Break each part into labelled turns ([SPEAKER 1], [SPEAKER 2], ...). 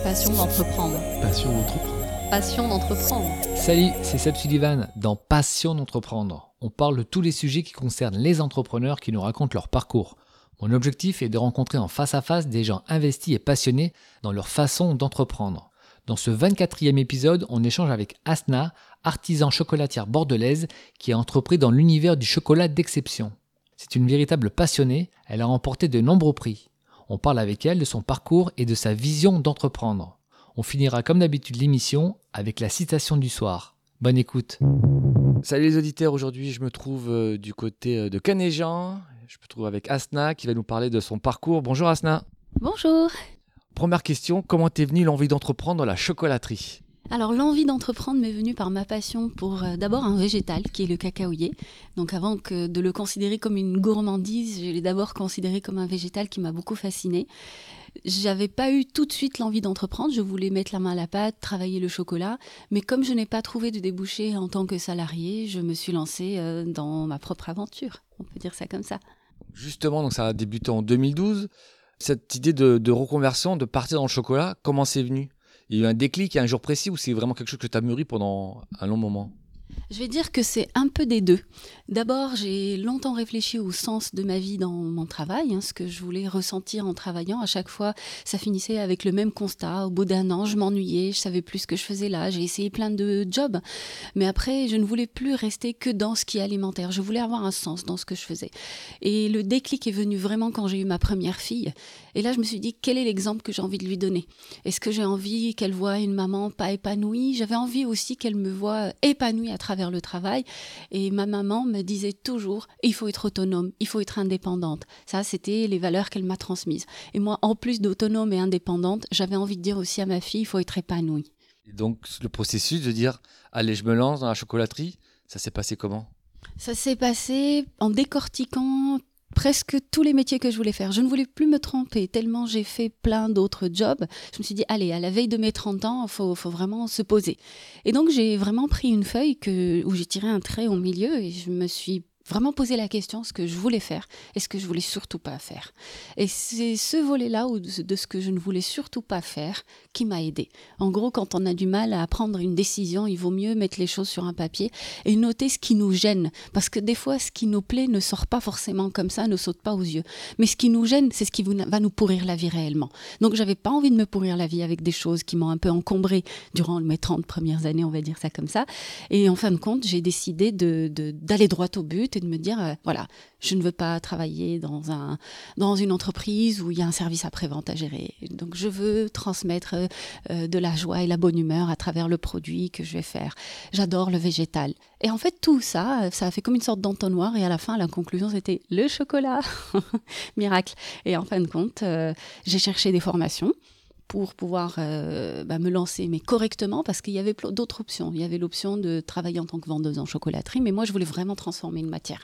[SPEAKER 1] passion d'entreprendre.
[SPEAKER 2] Passion d'entreprendre.
[SPEAKER 1] Passion d'entreprendre.
[SPEAKER 2] Salut, c'est Seb Sullivan dans Passion d'entreprendre. On parle de tous les sujets qui concernent les entrepreneurs qui nous racontent leur parcours. Mon objectif est de rencontrer en face à face des gens investis et passionnés dans leur façon d'entreprendre. Dans ce 24e épisode, on échange avec Asna, artisan chocolatière bordelaise qui a entrepris dans l'univers du chocolat d'exception. C'est une véritable passionnée, elle a remporté de nombreux prix. On parle avec elle de son parcours et de sa vision d'entreprendre. On finira comme d'habitude l'émission avec la citation du soir. Bonne écoute. Salut les auditeurs, aujourd'hui je me trouve du côté de Canéjan. Je me trouve avec Asna qui va nous parler de son parcours. Bonjour Asna.
[SPEAKER 1] Bonjour.
[SPEAKER 2] Première question, comment t'es venue l'envie d'entreprendre dans la chocolaterie ?
[SPEAKER 1] Alors l'envie d'entreprendre m'est venue par ma passion pour d'abord un végétal qui est le cacaoyer. Donc avant que de le considérer comme une gourmandise, je l'ai d'abord considéré comme un végétal qui m'a beaucoup fascinée. J'avais pas eu tout de suite l'envie d'entreprendre, je voulais mettre la main à la pâte, travailler le chocolat, mais comme je n'ai pas trouvé de débouché en tant que salariée, je me suis lancée dans ma propre aventure, on peut dire ça comme ça.
[SPEAKER 2] Justement, donc ça a débuté en 2012. Cette idée de reconversion, de partir dans le chocolat, comment c'est venu ? Il y a eu un déclic, il y a un jour précis ou c'est vraiment quelque chose que tu as mûri pendant un long moment ?
[SPEAKER 1] Je vais dire que c'est un peu des deux. D'abord, j'ai longtemps réfléchi au sens de ma vie dans mon travail, ce que je voulais ressentir en travaillant. À chaque fois, ça finissait avec le même constat. Au bout d'un an, je m'ennuyais, je savais plus ce que je faisais là. J'ai essayé plein de jobs, mais après, je ne voulais plus rester que dans ce qui est alimentaire. Je voulais avoir un sens dans ce que je faisais. Et le déclic est venu vraiment quand j'ai eu ma première fille. Et là, je me suis dit, quel est l'exemple que j'ai envie de lui donner ? Est-ce que j'ai envie qu'elle voie une maman pas épanouie ? J'avais envie aussi qu'elle me voie épanouie à travers le travail. Et ma maman me disait toujours, il faut être autonome, il faut être indépendante. Ça, c'était les valeurs qu'elle m'a transmises. Et moi, en plus d'autonome et indépendante, j'avais envie de dire aussi à ma fille, il faut être épanouie.
[SPEAKER 2] Et donc, le processus de dire, allez, je me lance dans la chocolaterie, ça s'est passé comment ?
[SPEAKER 1] Ça s'est passé en décortiquant presque tous les métiers que je voulais faire. Je ne voulais plus me tromper, tellement j'ai fait plein d'autres jobs. Je me suis dit, allez, à la veille de mes 30 ans, il faut vraiment se poser. Et donc, j'ai vraiment pris une feuille où j'ai tiré un trait au milieu et je me suis vraiment posé la question, ce que je voulais faire et ce que je voulais surtout pas faire. Et c'est ce volet-là de ce que je ne voulais surtout pas faire qui m'a aidée. En gros, quand on a du mal à prendre une décision, il vaut mieux mettre les choses sur un papier et noter ce qui nous gêne. Parce que des fois, ce qui nous plaît ne sort pas forcément comme ça, ne saute pas aux yeux. Mais ce qui nous gêne, c'est ce qui va nous pourrir la vie réellement. Donc, j'avais pas envie de me pourrir la vie avec des choses qui m'ont un peu encombrée durant mes 30 premières années, on va dire ça comme ça. Et en fin de compte, j'ai décidé d'aller droit au but et de me dire, voilà, je ne veux pas travailler dans une entreprise où il y a un service après-vente à gérer. Donc, je veux transmettre de la joie et la bonne humeur à travers le produit que je vais faire. J'adore le végétal. Et en fait, tout ça, ça a fait comme une sorte d'entonnoir. Et à la fin, la conclusion, c'était le chocolat. Miracle. Et en fin de compte, j'ai cherché des formations pour pouvoir me lancer, mais correctement, parce qu'il y avait d'autres options. Il y avait l'option de travailler en tant que vendeuse en chocolaterie, mais moi, je voulais vraiment transformer une matière.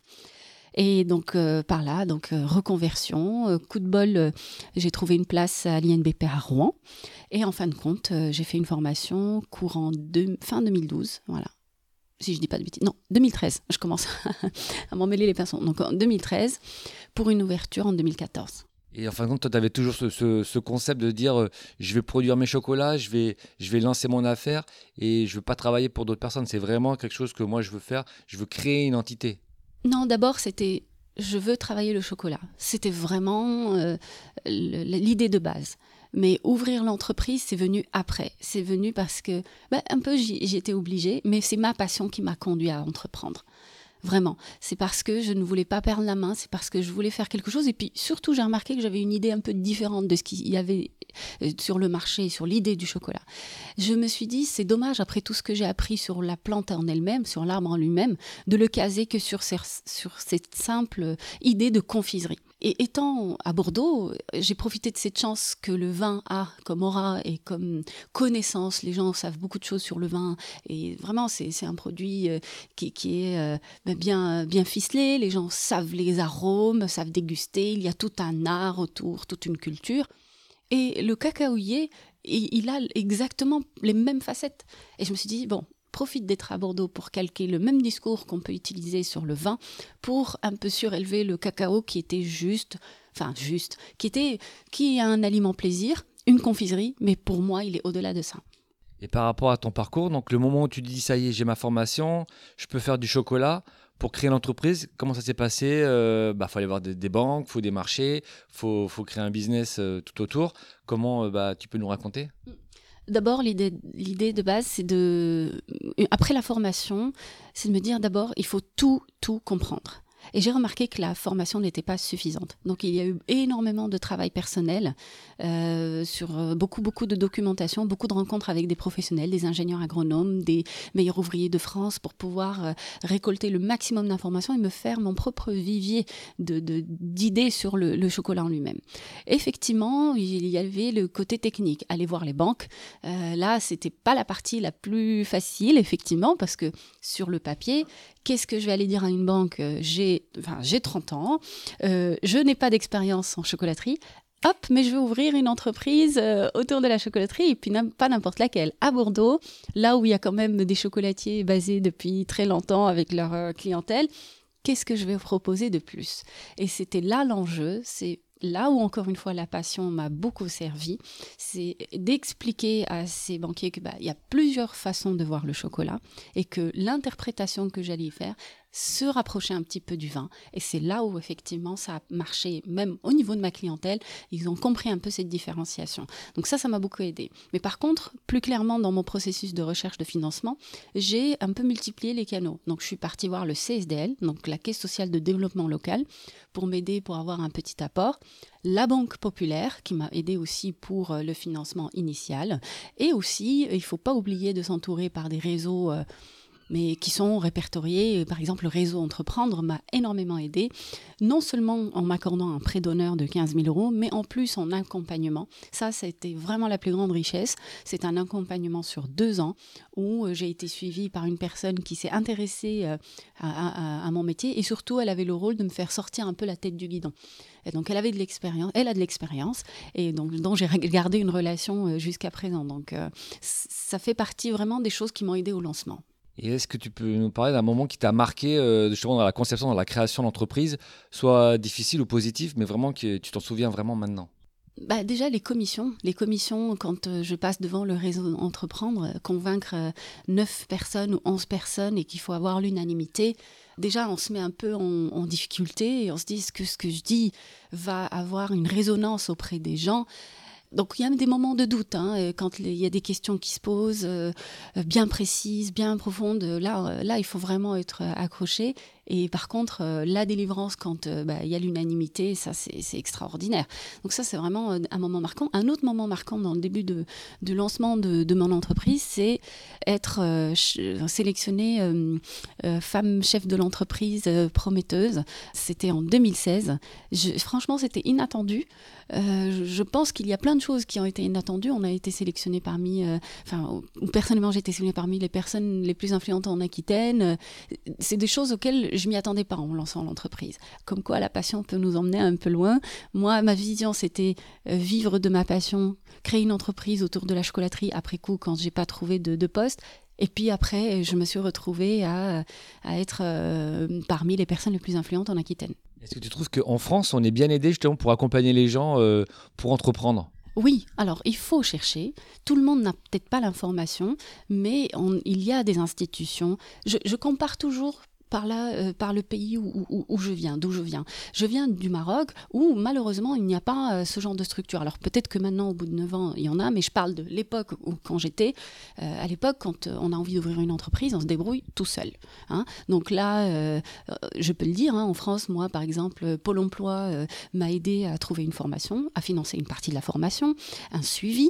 [SPEAKER 1] Et donc, par là, reconversion, coup de bol, j'ai trouvé une place à l'INBP à Rouen. Et en fin de compte, j'ai fait une formation courant fin 2012, voilà. Si je dis pas de bêtises. Non, 2013, je commence à m'en mêler les pinceaux. Donc, en 2013, pour une ouverture en 2014.
[SPEAKER 2] Et en fin de compte, toi, tu avais toujours ce concept de dire je vais produire mes chocolats, je vais lancer mon affaire et je ne veux pas travailler pour d'autres personnes. C'est vraiment quelque chose que moi, je veux faire. Je veux créer une entité.
[SPEAKER 1] Non, d'abord, c'était je veux travailler le chocolat. C'était vraiment l'idée de base. Mais ouvrir l'entreprise, c'est venu après. C'est venu parce que, un peu, j'y étais obligée, mais c'est ma passion qui m'a conduit à entreprendre. Vraiment, c'est parce que je ne voulais pas perdre la main, c'est parce que je voulais faire quelque chose. Et puis surtout, j'ai remarqué que j'avais une idée un peu différente de ce qu'il y avait sur le marché, sur l'idée du chocolat. Je me suis dit, c'est dommage, après tout ce que j'ai appris sur la plante en elle-même, sur l'arbre en lui-même, de le caser que sur cette simple idée de confiserie. Et étant à Bordeaux, j'ai profité de cette chance que le vin a comme aura et comme connaissance. Les gens savent beaucoup de choses sur le vin et vraiment, c'est un produit qui est bien ficelé. Les gens savent les arômes, savent déguster. Il y a tout un art autour, toute une culture. Et le cacaoyer, il a exactement les mêmes facettes. Et je me suis dit, bon, profite d'être à Bordeaux pour calquer le même discours qu'on peut utiliser sur le vin pour un peu surélever le cacao qui était qui est un aliment plaisir une confiserie, mais pour moi, il est au-delà de ça.
[SPEAKER 3] Et par rapport à ton parcours, donc le moment où tu te dis ça y est, j'ai ma formation, je peux faire du chocolat, pour créer l'entreprise, comment ça s'est passé? Faut aller voir des banques, faut des marchés, faut créer un business tout autour. Comment tu peux nous raconter?
[SPEAKER 1] D'abord, l'idée de base, après la formation, c'est de me dire d'abord, il faut tout comprendre. Et j'ai remarqué que la formation n'était pas suffisante. Donc, il y a eu énormément de travail personnel sur beaucoup de documentation, beaucoup de rencontres avec des professionnels, des ingénieurs agronomes, des meilleurs ouvriers de France pour pouvoir récolter le maximum d'informations et me faire mon propre vivier d'idées sur le chocolat en lui-même. Effectivement, il y avait le côté technique. Aller voir les banques, là, c'était pas la partie la plus facile, effectivement, parce que sur le papier, qu'est-ce que je vais aller dire à une banque? J'ai 30 ans, je n'ai pas d'expérience en chocolaterie. Hop, mais je vais ouvrir une entreprise autour de la chocolaterie, et puis pas n'importe laquelle. À Bordeaux, là où il y a quand même des chocolatiers basés depuis très longtemps avec leur clientèle, qu'est-ce que je vais proposer de plus? Et c'était là l'enjeu, c'est là où, encore une fois, la passion m'a beaucoup servi, c'est d'expliquer à ces banquiers qu'il y a plusieurs façons de voir le chocolat et que l'interprétation que j'allais y faire se rapprochait un petit peu du vin. Et c'est là où, effectivement, ça a marché, même au niveau de ma clientèle. Ils ont compris un peu cette différenciation. Donc ça m'a beaucoup aidé. Mais par contre, plus clairement, dans mon processus de recherche de financement, j'ai un peu multiplié les canaux. Donc je suis partie voir le CSDL, donc la Caisse sociale de développement local, pour m'aider pour avoir un petit apport. La Banque Populaire, qui m'a aidé aussi pour le financement initial. Et aussi, il ne faut pas oublier de s'entourer par des réseaux mais qui sont répertoriés. Par exemple, le réseau Entreprendre m'a énormément aidé, non seulement en m'accordant un prêt d'honneur de 15 000 €, mais en plus en accompagnement. Ça a été vraiment la plus grande richesse. C'est un accompagnement sur 2 ans où j'ai été suivie par une personne qui s'est intéressée à mon métier et surtout, elle avait le rôle de me faire sortir un peu la tête du guidon. Et donc, elle a de l'expérience et donc, dont j'ai gardé une relation jusqu'à présent. Donc, ça fait partie vraiment des choses qui m'ont aidé au lancement.
[SPEAKER 3] Et est-ce que tu peux nous parler d'un moment qui t'a marqué justement dans la conception, dans la création d'entreprise, soit difficile ou positif, mais vraiment que tu t'en souviens vraiment maintenant?
[SPEAKER 1] Déjà, les commissions, quand je passe devant le réseau Entreprendre, convaincre 9 personnes ou 11 personnes et qu'il faut avoir l'unanimité, déjà, on se met un peu en difficulté et on se dit que ce que je dis va avoir une résonance auprès des gens. Donc, il y a des moments de doute, quand il y a des questions qui se posent, bien précises, bien profondes. Là, il faut vraiment être accroché. Et par contre, la délivrance, quand il y a l'unanimité, ça, c'est extraordinaire. Donc ça, c'est vraiment un moment marquant. Un autre moment marquant dans le début du lancement de mon entreprise, c'est être sélectionnée femme chef de l'entreprise prometteuse. C'était en 2016. Franchement, c'était inattendu. Je pense qu'il y a plein de choses qui ont été inattendues. On a été sélectionnés personnellement, j'ai été sélectionnée parmi les personnes les plus influentes en Aquitaine. C'est des choses auxquelles je m'y attendais pas en lançant l'entreprise. Comme quoi, la passion peut nous emmener un peu loin. Moi, ma vision, c'était vivre de ma passion, créer une entreprise autour de la chocolaterie après coup, quand j'ai pas trouvé de poste. Et puis après, je me suis retrouvée à être parmi les personnes les plus influentes en Aquitaine.
[SPEAKER 3] Est-ce que tu trouves qu'en France, on est bien aidé justement pour accompagner les gens pour entreprendre?
[SPEAKER 1] Oui, alors il faut chercher. Tout le monde n'a peut-être pas l'information, mais il y a des institutions. Je compare toujours par le pays d'où je viens. Je viens du Maroc où malheureusement il n'y a pas ce genre de structure. Alors peut-être que maintenant au bout de 9 ans il y en a, mais je parle de l'époque où quand j'étais. À l'époque, quand on a envie d'ouvrir une entreprise, on se débrouille tout seul. Donc là, je peux le dire, en France, moi par exemple, Pôle emploi m'a aidé à trouver une formation, à financer une partie de la formation, un suivi.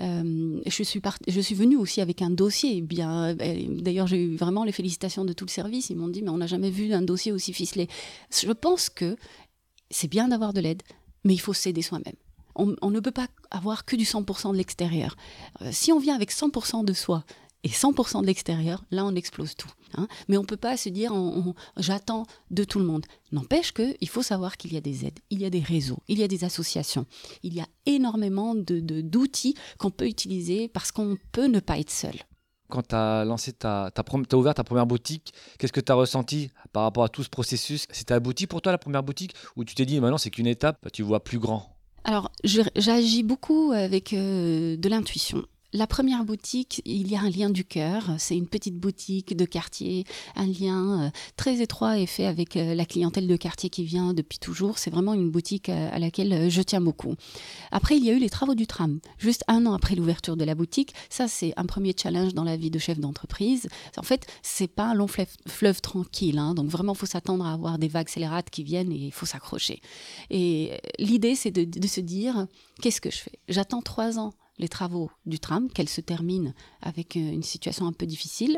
[SPEAKER 1] Je suis venue aussi avec un dossier. D'ailleurs, j'ai eu vraiment les félicitations de tout le service. Ils m'ont dit, mais on n'a jamais vu un dossier aussi ficelé. Je pense que c'est bien d'avoir de l'aide, mais il faut s'aider soi-même. On ne peut pas avoir que du 100% de l'extérieur. Si on vient avec 100% de soi et 100% de l'extérieur, là on explose tout. Mais on ne peut pas se dire j'attends de tout le monde. N'empêche qu'il faut savoir qu'il y a des aides, il y a des réseaux, il y a des associations, il y a énormément d'outils qu'on peut utiliser parce qu'on peut ne pas être seul.
[SPEAKER 3] Quand tu as lancé t'as ouvert ta première boutique, qu'est-ce que tu as ressenti par rapport à tout ce processus? C'était abouti pour toi la première boutique ou tu t'es dit maintenant c'est qu'une étape, tu vois plus grand?
[SPEAKER 1] Alors, j'agis beaucoup avec de l'intuition. La première boutique, il y a un lien du cœur. C'est une petite boutique de quartier, un lien très étroit est fait avec la clientèle de quartier qui vient depuis toujours. C'est vraiment une boutique à laquelle je tiens beaucoup. Après, il y a eu les travaux du tram. Juste 1 an après l'ouverture de la boutique, ça c'est un premier challenge dans la vie de chef d'entreprise. En fait, c'est pas un long fleuve tranquille, hein. Donc vraiment, il faut s'attendre à avoir des vagues scélérates qui viennent et il faut s'accrocher. Et l'idée, c'est de se dire, qu'est-ce que je fais ? J'attends 3 ans les travaux du tram, qu'elles se terminent avec une situation un peu difficile,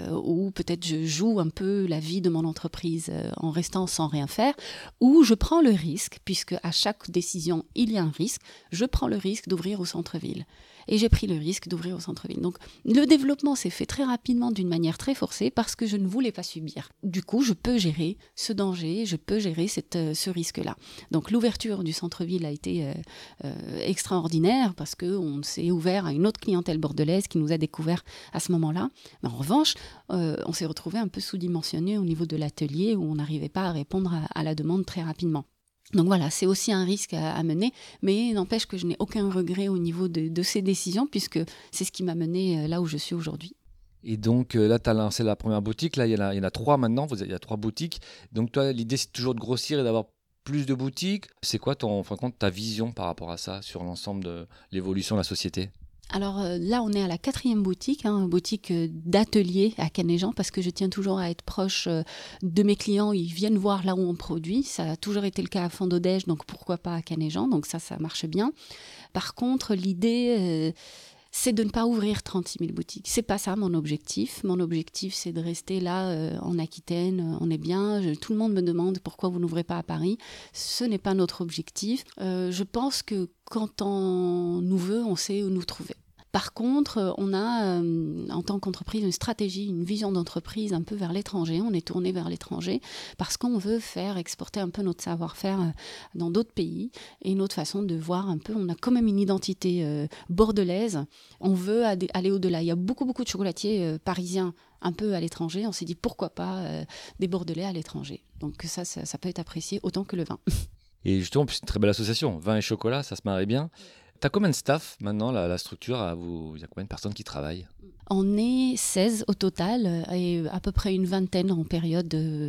[SPEAKER 1] ou peut-être je joue un peu la vie de mon entreprise en restant sans rien faire, ou je prends le risque, puisque à chaque décision, il y a un risque, je prends le risque d'ouvrir au centre-ville. Et j'ai pris le risque d'ouvrir au centre-ville. Donc le développement s'est fait très rapidement d'une manière très forcée parce que je ne voulais pas subir. Du coup, je peux gérer ce danger, je peux gérer ce risque-là. Donc l'ouverture du centre-ville a été extraordinaire parce qu'on s'est ouvert à une autre clientèle bordelaise qui nous a découvert à ce moment-là. Mais en revanche, on s'est retrouvé un peu sous-dimensionné au niveau de l'atelier où on n'arrivait pas à répondre à la demande très rapidement. Donc voilà, c'est aussi un risque à mener, mais n'empêche que je n'ai aucun regret au niveau de ces décisions, puisque c'est ce qui m'a mené là où je suis aujourd'hui.
[SPEAKER 3] Et donc là, tu as lancé la première boutique, là il y en a 3 maintenant, il y a 3 boutiques. Donc toi, l'idée c'est toujours de grossir et d'avoir plus de boutiques. C'est quoi ta vision par rapport à ça, sur l'ensemble de l'évolution de la société ?
[SPEAKER 1] Alors là, on est à la 4e boutique, boutique d'atelier à Canéjan, parce que je tiens toujours à être proche de mes clients. Ils viennent voir là où on produit. Ça a toujours été le cas à Fond-d'Odège, donc pourquoi pas à Canéjan. Donc ça marche bien. Par contre, l'idée, c'est de ne pas ouvrir 36 000 boutiques. C'est pas ça mon objectif. Mon objectif, c'est de rester là en Aquitaine. On est bien. Tout le monde me demande pourquoi vous n'ouvrez pas à Paris. Ce n'est pas notre objectif. Je pense que quand on nous veut, on sait où nous trouver. Par contre, on a, en tant qu'entreprise, une stratégie, une vision d'entreprise un peu vers l'étranger. On est tourné vers l'étranger parce qu'on veut faire exporter un peu notre savoir-faire dans d'autres pays et notre façon de voir un peu. On a quand même une identité bordelaise. On veut aller au-delà. Il y a beaucoup de chocolatiers parisiens un peu à l'étranger. On s'est dit pourquoi pas des Bordelais à l'étranger. Donc ça peut être apprécié autant que le vin.
[SPEAKER 3] Et justement, c'est une très belle association. Vin et chocolat, ça se marie bien. Tu as combien de staff maintenant, la structure il y a combien de personnes qui travaillent ?
[SPEAKER 1] On est 16 au total et à peu près une vingtaine en période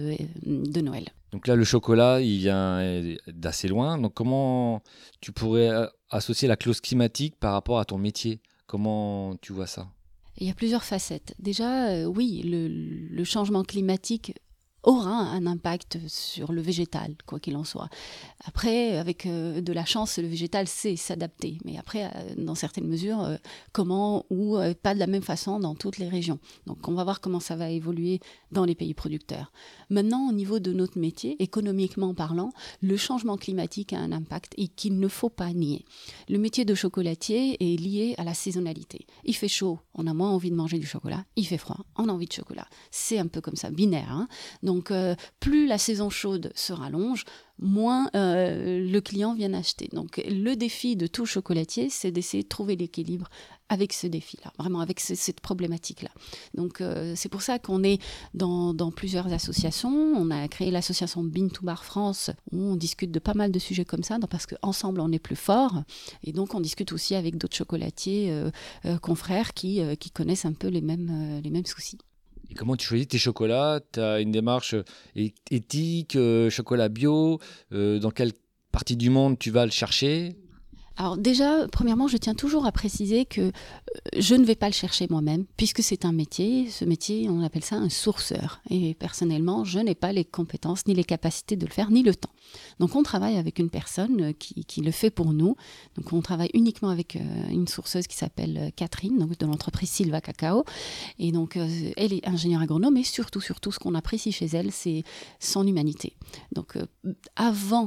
[SPEAKER 1] de Noël.
[SPEAKER 3] Donc là, le chocolat, il vient d'assez loin. Donc comment tu pourrais associer la clause climatique par rapport à ton métier ? Comment tu vois ça ?
[SPEAKER 1] Il y a plusieurs facettes. Déjà, oui, le changement climatique aura un impact sur le végétal, quoi qu'il en soit. Après, avec de la chance, le végétal sait s'adapter. Mais après, dans certaines mesures, comment ou pas de la même façon dans toutes les régions. Donc, on va voir comment ça va évoluer dans les pays producteurs. Maintenant, au niveau de notre métier, économiquement parlant, le changement climatique a un impact et qu'il ne faut pas nier. Le métier de chocolatier est lié à la saisonnalité. Il fait chaud, on a moins envie de manger du chocolat. Il fait froid, on a envie de chocolat. C'est un peu comme ça, binaire, hein. Donc, plus la saison chaude se rallonge, moins le client vient acheter. Donc, le défi de tout chocolatier, c'est d'essayer de trouver l'équilibre avec ce défi-là, vraiment avec cette problématique-là. Donc, c'est pour ça qu'on est dans plusieurs associations. On a créé l'association Bean to Bar France, où on discute de pas mal de sujets comme ça, parce qu'ensemble, on est plus fort. Et donc, on discute aussi avec d'autres chocolatiers confrères qui connaissent un peu les mêmes soucis.
[SPEAKER 3] Et comment tu choisis tes chocolats ? Tu as une démarche éthique, chocolat bio, dans quelle partie du monde tu vas le chercher ?
[SPEAKER 1] Alors déjà, premièrement, je tiens toujours à préciser que je ne vais pas le chercher moi-même, puisque c'est un métier. Ce métier, on appelle ça un sourceur. Et personnellement, je n'ai pas les compétences, ni les capacités de le faire, ni le temps. Donc on travaille avec une personne qui le fait pour nous. Donc on travaille uniquement avec une sourceuse qui s'appelle Catherine, donc de l'entreprise Silva Cacao. Et donc elle est ingénieure agronome, et surtout ce qu'on apprécie chez elle, c'est son humanité. Donc avant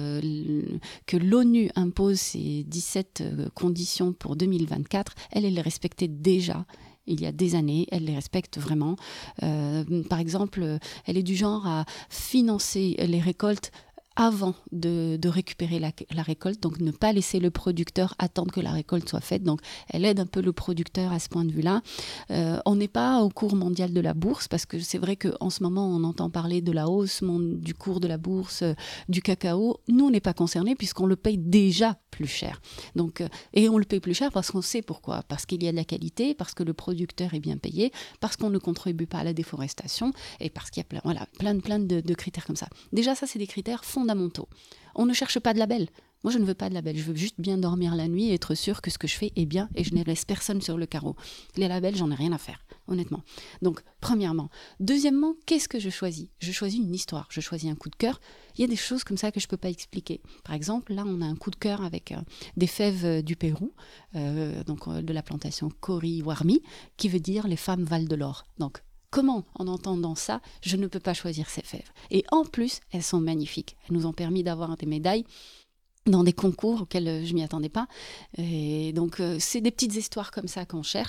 [SPEAKER 1] que l'ONU impose ses 17 conditions pour 2024, elle les respectait déjà. Il y a des années, elle les respecte vraiment. Par exemple, elle est du genre à financer les récoltes avant de récupérer la récolte, donc ne pas laisser le producteur attendre que la récolte soit faite. Donc elle aide un peu le producteur à ce point de vue-là. On n'est pas au cours mondial de la bourse, parce que c'est vrai qu'en ce moment on entend parler de la hausse du cours de la bourse du cacao. Nous on n'est pas concernés puisqu'on le paye déjà plus cher. Donc, et on le paye plus cher parce qu'on sait pourquoi. Parce qu'il y a de la qualité, parce que le producteur est bien payé, parce qu'on ne contribue pas à la déforestation et parce qu'il y a plein de critères comme ça. Déjà ça c'est des critères fondamentaux. On ne cherche pas de label. Moi, je ne veux pas de label. Je veux juste bien dormir la nuit et être sûr que ce que je fais est bien et je ne laisse personne sur le carreau. Les labels, j'en ai rien à faire, honnêtement. Donc, premièrement. Deuxièmement, qu'est-ce que je choisis ? Je choisis une histoire. Je choisis un coup de cœur. Il y a des choses comme ça que je ne peux pas expliquer. Par exemple, là, on a un coup de cœur avec des fèves du Pérou, de la plantation Cori-Warmi, qui veut dire les femmes valent de l'or. Donc, comment, en entendant ça, je ne peux pas choisir ces fèves. Et en plus, elles sont magnifiques. Elles nous ont permis d'avoir des médailles dans des concours auxquels je m'y attendais pas. Et donc, c'est des petites histoires comme ça qu'on cherche.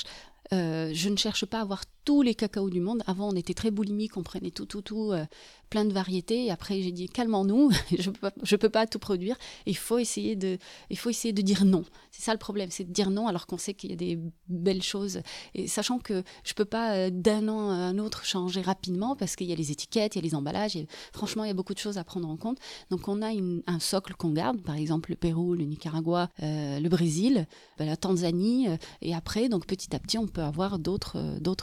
[SPEAKER 1] Je ne cherche pas à avoir tous les cacaos du monde. Avant, on était très boulimique, on prenait tout, plein de variétés. Et après, j'ai dit, calmons-nous, je peux pas tout produire. Il faut essayer de dire non. C'est ça le problème, c'est de dire non alors qu'on sait qu'il y a des belles choses. Et sachant que je peux pas d'un an à un autre changer rapidement parce qu'il y a les étiquettes, il y a les emballages. Franchement, il y a beaucoup de choses à prendre en compte. Donc, on a un socle qu'on garde, par exemple le Pérou, le Nicaragua, le Brésil, la Tanzanie. Et après, donc petit à petit, on peut avoir d'autres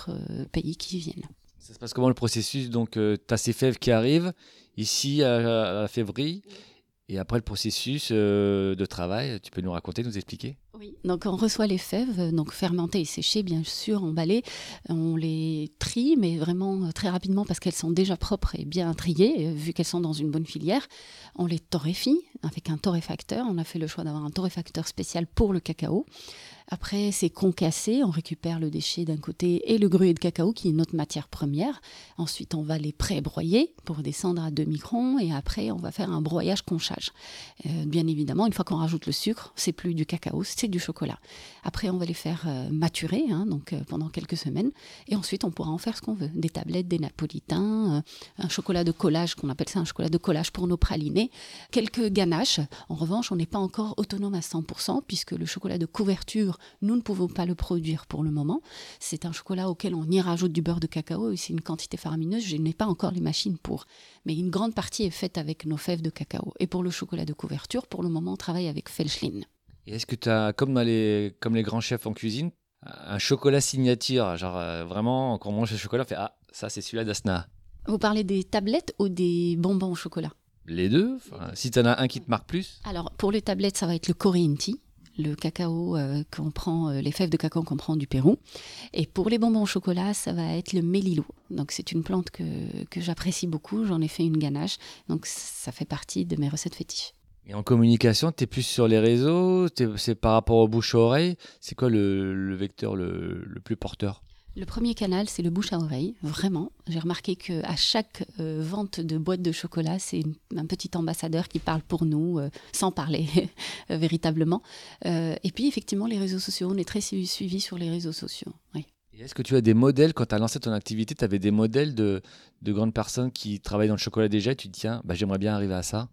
[SPEAKER 1] pays qui viennent.
[SPEAKER 3] Ça se passe comment le processus ? Donc, tu as ces fèves qui arrivent ici à février. Et après le processus de travail, tu peux nous raconter, nous expliquer ?
[SPEAKER 1] Oui, donc on reçoit les fèves, donc fermentées et séchées, bien sûr, emballées. On les trie, mais vraiment très rapidement parce qu'elles sont déjà propres et bien triées, vu qu'elles sont dans une bonne filière. On les torréfie avec un torréfacteur. On a fait le choix d'avoir un torréfacteur spécial pour le cacao. Après, c'est concassé, on récupère le déchet d'un côté et le gruau de cacao qui est notre matière première. Ensuite, on va les pré-broyer pour descendre à 2 microns et après, on va faire un broyage conchage. Bien évidemment, une fois qu'on rajoute le sucre, c'est plus du cacao, c'est du chocolat. Après, on va les faire maturer pendant quelques semaines et ensuite, on pourra en faire ce qu'on veut. Des tablettes, des napolitains, un chocolat de collage, qu'on appelle ça un chocolat de collage pour nos pralinés, quelques ganaches. En revanche, on n'est pas encore autonome à 100% puisque le chocolat de couverture, nous ne pouvons pas le produire pour le moment. C'est un chocolat auquel on y rajoute du beurre de cacao et c'est une quantité faramineuse. Je n'ai pas encore les machines pour. Mais une grande partie est faite avec nos fèves de cacao. Et pour le chocolat de couverture, pour le moment, on travaille avec Felschlin.
[SPEAKER 3] Et est-ce que tu as, comme les grands chefs en cuisine, un chocolat signature, genre vraiment, quand on mange le chocolat, on fait « Ah, ça c'est celui-là d'Asna ».
[SPEAKER 1] Vous parlez des tablettes ou des bonbons au chocolat ?
[SPEAKER 3] Les deux, si tu en as un qui te marque plus.
[SPEAKER 1] Alors, pour les tablettes, ça va être le Corinti, le cacao qu'on prend, les fèves de cacao qu'on prend du Pérou. Et pour les bonbons au chocolat, ça va être le mélilou. Donc, c'est une plante que j'apprécie beaucoup. J'en ai fait une ganache. Donc, ça fait partie de mes recettes fétiches.
[SPEAKER 3] Et en communication, tu es plus sur les réseaux, c'est par rapport au bouche à oreille. C'est quoi le vecteur le plus porteur ?
[SPEAKER 1] Le premier canal, c'est le bouche à oreille, vraiment. J'ai remarqué qu'à chaque vente de boîte de chocolat, c'est un petit ambassadeur qui parle pour nous, sans parler véritablement. Et puis, effectivement, les réseaux sociaux, on est très suivis sur les réseaux sociaux. Oui.
[SPEAKER 3] Et est-ce que tu as des modèles, quand tu as lancé ton activité, tu avais des modèles de grandes personnes qui travaillent dans le chocolat déjà, et tu te dis, tiens, j'aimerais bien arriver à ça ?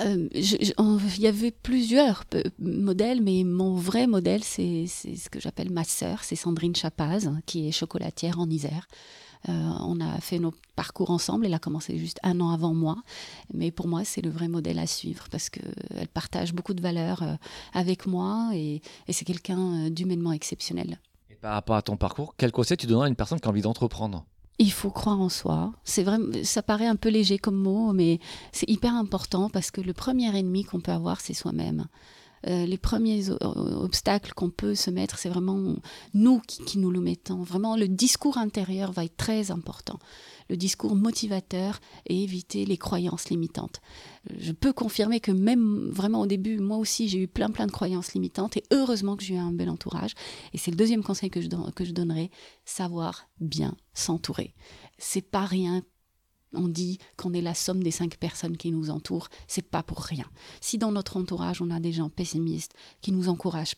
[SPEAKER 1] Il y avait plusieurs modèles, mais mon vrai modèle, c'est ce que j'appelle ma sœur, c'est Sandrine Chapaz, qui est chocolatière en Isère. On a fait nos parcours ensemble, elle a commencé juste 1 an avant moi, mais pour moi c'est le vrai modèle à suivre parce qu'elle partage beaucoup de valeurs avec moi et c'est quelqu'un d'humainement exceptionnel.
[SPEAKER 3] Et par rapport à ton parcours, quel conseil tu donnerais à une personne qui a envie d'entreprendre ?
[SPEAKER 1] Il faut croire en soi. C'est vrai, ça paraît un peu léger comme mot, mais c'est hyper important parce que le premier ennemi qu'on peut avoir, c'est soi-même. Les premiers obstacles qu'on peut se mettre, c'est vraiment nous qui nous le mettons. Vraiment, le discours intérieur va être très important. Le discours motivateur et éviter les croyances limitantes. Je peux confirmer que même vraiment au début, moi aussi, j'ai eu plein de croyances limitantes et heureusement que j'ai eu un bel entourage. Et c'est le deuxième conseil que je donnerais, savoir bien s'entourer. C'est pas rien. On dit qu'on est la somme des 5 personnes qui nous entourent, c'est pas pour rien. Si dans notre entourage, on a des gens pessimistes qui nous encouragent pas,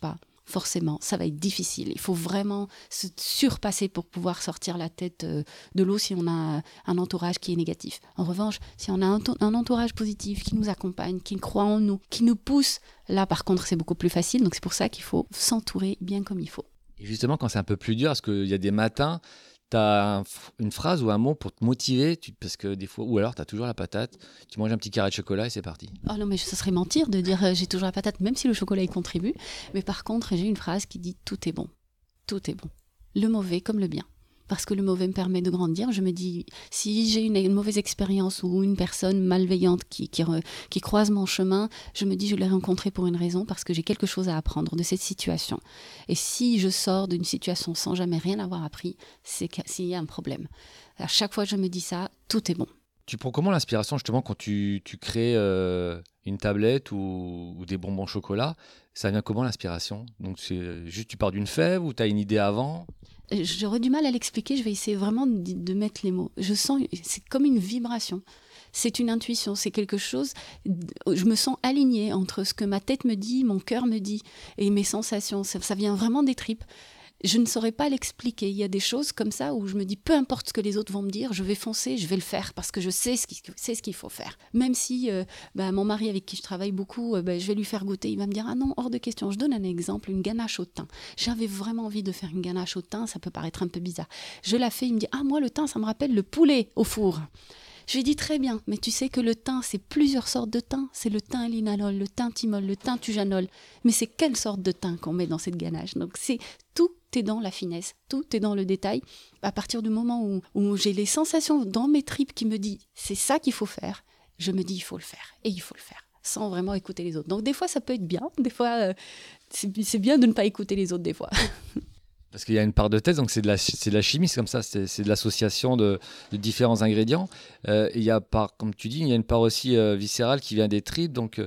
[SPEAKER 1] forcément, ça va être difficile. Il faut vraiment se surpasser pour pouvoir sortir la tête de l'eau si on a un entourage qui est négatif. En revanche, si on a un entourage positif qui nous accompagne, qui croit en nous, qui nous pousse, là par contre c'est beaucoup plus facile. Donc c'est pour ça qu'il faut s'entourer bien comme il faut.
[SPEAKER 3] Et justement, quand c'est un peu plus dur, parce qu'il y a des matins, tu as une phrase ou un mot pour te motiver, parce que des fois, ou alors tu as toujours la patate, tu manges un petit carré de chocolat et c'est parti.
[SPEAKER 1] Oh non, mais ça serait mentir de dire j'ai toujours la patate, même si le chocolat y contribue. Mais par contre, j'ai une phrase qui dit tout est bon. Tout est bon. Le mauvais comme le bien. Parce que le mauvais me permet de grandir. Je me dis, si j'ai une mauvaise expérience ou une personne malveillante qui croise mon chemin, je me dis, je l'ai rencontré pour une raison, parce que j'ai quelque chose à apprendre de cette situation. Et si je sors d'une situation sans jamais rien avoir appris, c'est qu'il y a un problème. À chaque fois que je me dis ça, tout est bon.
[SPEAKER 3] Tu prends comment l'inspiration justement quand tu crées une tablette ou des bonbons au chocolat? Ça vient comment l'inspiration? Donc c'est juste tu pars d'une fève ou tu as une idée avant?
[SPEAKER 1] J'aurais du mal à l'expliquer, je vais essayer vraiment de mettre les mots. Je sens, c'est comme une vibration. C'est une intuition, c'est quelque chose. Je me sens alignée entre ce que ma tête me dit, mon cœur me dit et mes sensations. Ça vient vraiment des tripes. Je ne saurais pas l'expliquer. Il y a des choses comme ça où je me dis, peu importe ce que les autres vont me dire, je vais foncer, je vais le faire parce que je sais ce qu'il faut faire. Même si mon mari avec qui je travaille beaucoup, je vais lui faire goûter, il va me dire, ah non, hors de question. Je donne un exemple, une ganache au thym. J'avais vraiment envie de faire une ganache au thym, ça peut paraître un peu bizarre. Je la fais, il me dit, ah moi le thym, ça me rappelle le poulet au four. Je lui dis très bien, mais tu sais que le thym, c'est plusieurs sortes de thym. C'est le thym linalol, le thym thymol, le thym tujanol. Mais c'est quelle sorte de thym qu'on met dans cette ganache? Donc tout est dans la finesse, tout est dans le détail. À partir du moment où j'ai les sensations dans mes tripes qui me disent c'est ça qu'il faut faire, je me dis il faut le faire, et il faut le faire, sans vraiment écouter les autres. Donc des fois ça peut être bien, des fois c'est bien de ne pas écouter les autres des fois.
[SPEAKER 3] Parce qu'il y a une part de test, donc c'est de la chimie, c'est comme ça, c'est de l'association de différents ingrédients. Il y a comme tu dis, il y a une part aussi viscérale qui vient des tripes, donc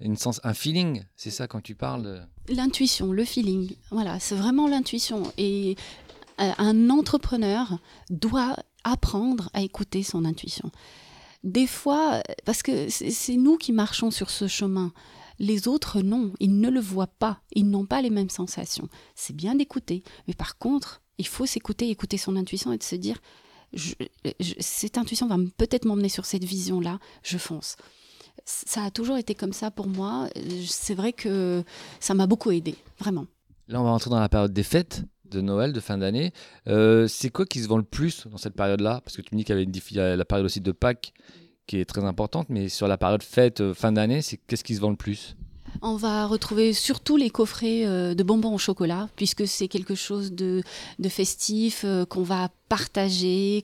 [SPEAKER 3] un feeling, c'est ça quand tu parles
[SPEAKER 1] L'intuition, le feeling, voilà, c'est vraiment l'intuition. Et un entrepreneur doit apprendre à écouter son intuition. Des fois, parce que c'est nous qui marchons sur ce chemin. Les autres, non, ils ne le voient pas, ils n'ont pas les mêmes sensations. C'est bien d'écouter, mais par contre, il faut s'écouter, écouter son intuition et de se dire, cette intuition va peut-être m'emmener sur cette vision-là, je fonce. Ça a toujours été comme ça pour moi. C'est vrai que ça m'a beaucoup aidé, vraiment.
[SPEAKER 3] Là, on va rentrer dans la période des fêtes de Noël, de fin d'année. C'est quoi qui se vend le plus dans cette période-là? Parce que tu me dis qu'il y avait la période aussi de Pâques qui est très importante, mais sur la période fête, fin d'année, qu'est-ce qui se vend le plus?
[SPEAKER 1] On va retrouver surtout les coffrets de bonbons au chocolat, puisque c'est quelque chose de festif, qu'on va partager,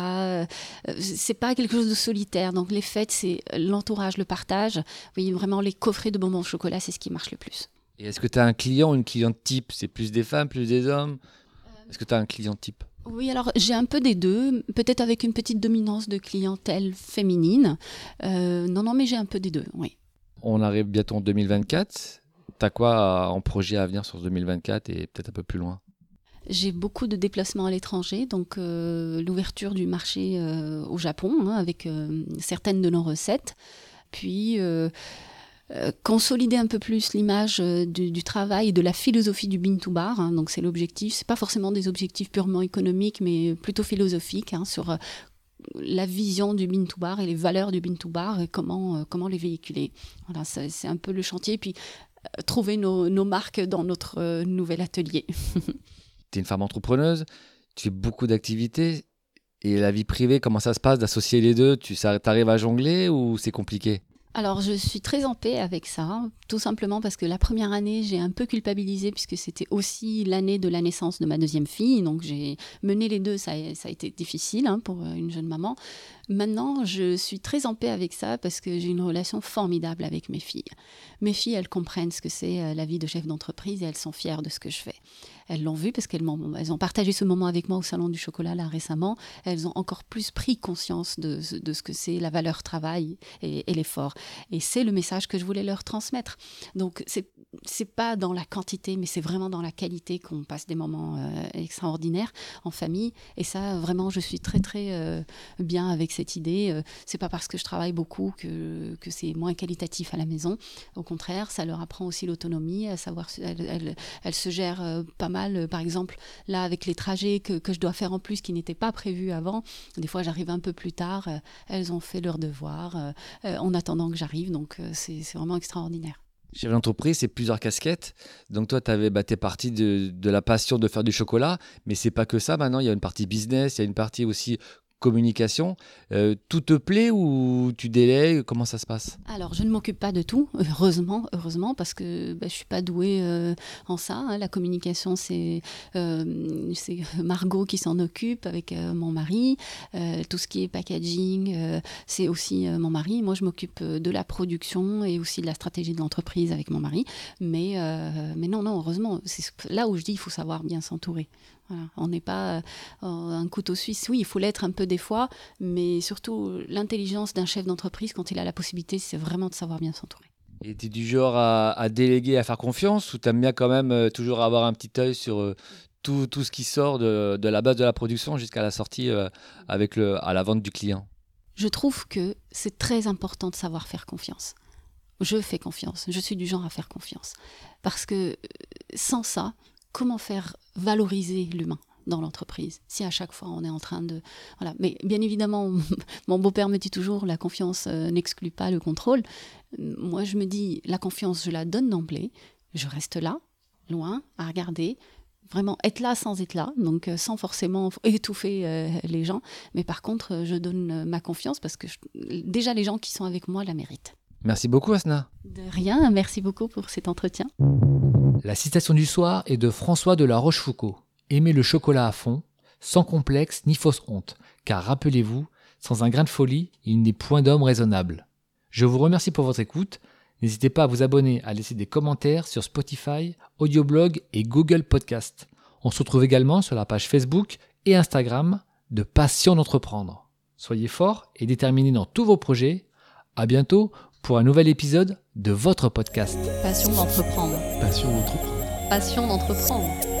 [SPEAKER 1] c'est pas quelque chose de solitaire. Donc les fêtes, c'est l'entourage, le partage. Oui, vraiment les coffrets de bonbons au chocolat, c'est ce qui marche le plus.
[SPEAKER 3] Et est-ce que tu as un client ou une cliente type? C'est plus des femmes, plus des hommes? Est-ce que tu as un client type?
[SPEAKER 1] Oui, alors j'ai un peu des deux, peut-être avec une petite dominance de clientèle féminine. Non, mais j'ai un peu des deux, oui.
[SPEAKER 3] On arrive bientôt en 2024. Tu as quoi en projet à venir sur 2024 et peut-être un peu plus loin?
[SPEAKER 1] J'ai beaucoup de déplacements à l'étranger, donc l'ouverture du marché au Japon, avec certaines de nos recettes. Puis consolider un peu plus l'image du travail et de la philosophie du Bean to Bar. Donc c'est l'objectif. C'est pas forcément des objectifs purement économiques, mais plutôt philosophiques sur la vision du Bean to Bar et les valeurs du Bean to Bar et comment les véhiculer. Voilà, c'est un peu le chantier. Puis trouver nos marques dans notre nouvel atelier.
[SPEAKER 3] Tu es une femme entrepreneuse, tu fais beaucoup d'activités. Et la vie privée, comment ça se passe d'associer les deux? Tu arrives à jongler ou c'est compliqué?
[SPEAKER 1] Alors, je suis très en paix avec ça, tout simplement parce que la première année, j'ai un peu culpabilisé puisque c'était aussi l'année de la naissance de ma deuxième fille. Donc, j'ai mené les deux, ça a été difficile pour une jeune maman. Maintenant, je suis très en paix avec ça parce que j'ai une relation formidable avec mes filles. Mes filles, elles comprennent ce que c'est la vie de chef d'entreprise et elles sont fières de ce que je fais. Elles l'ont vu parce qu'elles ont partagé ce moment avec moi au Salon du Chocolat là récemment. Elles ont encore plus pris conscience de ce que c'est la valeur travail et l'effort. Et c'est le message que je voulais leur transmettre. Donc, c'est pas dans la quantité, mais c'est vraiment dans la qualité qu'on passe des moments extraordinaires en famille. Et ça, vraiment, je suis très, très bien avec cette idée. C'est pas parce que je travaille beaucoup que c'est moins qualitatif à la maison. Au contraire, ça leur apprend aussi l'autonomie, à savoir, elles se gèrent pas mal. Par exemple, là, avec les trajets que je dois faire en plus, qui n'étaient pas prévus avant, des fois, j'arrive un peu plus tard. Elles ont fait leurs devoirs en attendant que j'arrive. Donc, c'est vraiment extraordinaire.
[SPEAKER 3] Chef d'entreprise, c'est plusieurs casquettes. Donc toi, t'es parti de la passion de faire du chocolat, mais c'est pas que ça. Maintenant, il y a une partie business, il y a une partie aussi communication. Tout te plaît ou tu délègues? Comment ça se passe?
[SPEAKER 1] Alors, je ne m'occupe pas de tout, heureusement, parce que je suis pas douée en ça. Hein. La communication, c'est Margot qui s'en occupe avec mon mari. Tout ce qui est packaging, c'est aussi mon mari. Moi, je m'occupe de la production et aussi de la stratégie de l'entreprise avec mon mari. Mais non, heureusement, c'est là où je dis il faut savoir bien s'entourer. Voilà. On n'est pas un couteau suisse. Oui, il faut l'être un peu des fois, mais surtout l'intelligence d'un chef d'entreprise, quand il a la possibilité, c'est vraiment de savoir bien s'entourer.
[SPEAKER 3] Et tu es du genre à déléguer, à faire confiance, ou tu aimes bien quand même toujours avoir un petit œil sur tout ce qui sort de la base de la production jusqu'à la sortie à la vente du client?
[SPEAKER 1] Je trouve que c'est très important de savoir faire confiance. Je fais confiance, je suis du genre à faire confiance. Parce que sans ça, comment faire valoriser l'humain dans l'entreprise si à chaque fois on est en train de... Voilà. Mais bien évidemment, mon beau-père me dit toujours la confiance n'exclut pas le contrôle. Moi, je me dis la confiance, je la donne d'emblée. Je reste là, loin, à regarder. Vraiment être là sans être là, donc sans forcément étouffer les gens. Mais par contre, je donne ma confiance parce que déjà les gens qui sont avec moi la méritent.
[SPEAKER 3] Merci beaucoup, Asna.
[SPEAKER 1] De rien, merci beaucoup pour cet entretien.
[SPEAKER 2] La citation du soir est de François de La Rochefoucauld. Aimez le chocolat à fond, sans complexe ni fausse honte, car rappelez-vous, sans un grain de folie, il n'est point d'homme raisonnable. Je vous remercie pour votre écoute. N'hésitez pas à vous abonner, à laisser des commentaires sur Spotify, Audioblog et Google Podcast. On se retrouve également sur la page Facebook et Instagram de Passion d'entreprendre. Soyez forts et déterminés dans tous vos projets. À bientôt pour un nouvel épisode de votre podcast.
[SPEAKER 1] Passion d'entreprendre.
[SPEAKER 2] Passion d'entreprendre.
[SPEAKER 1] Passion d'entreprendre.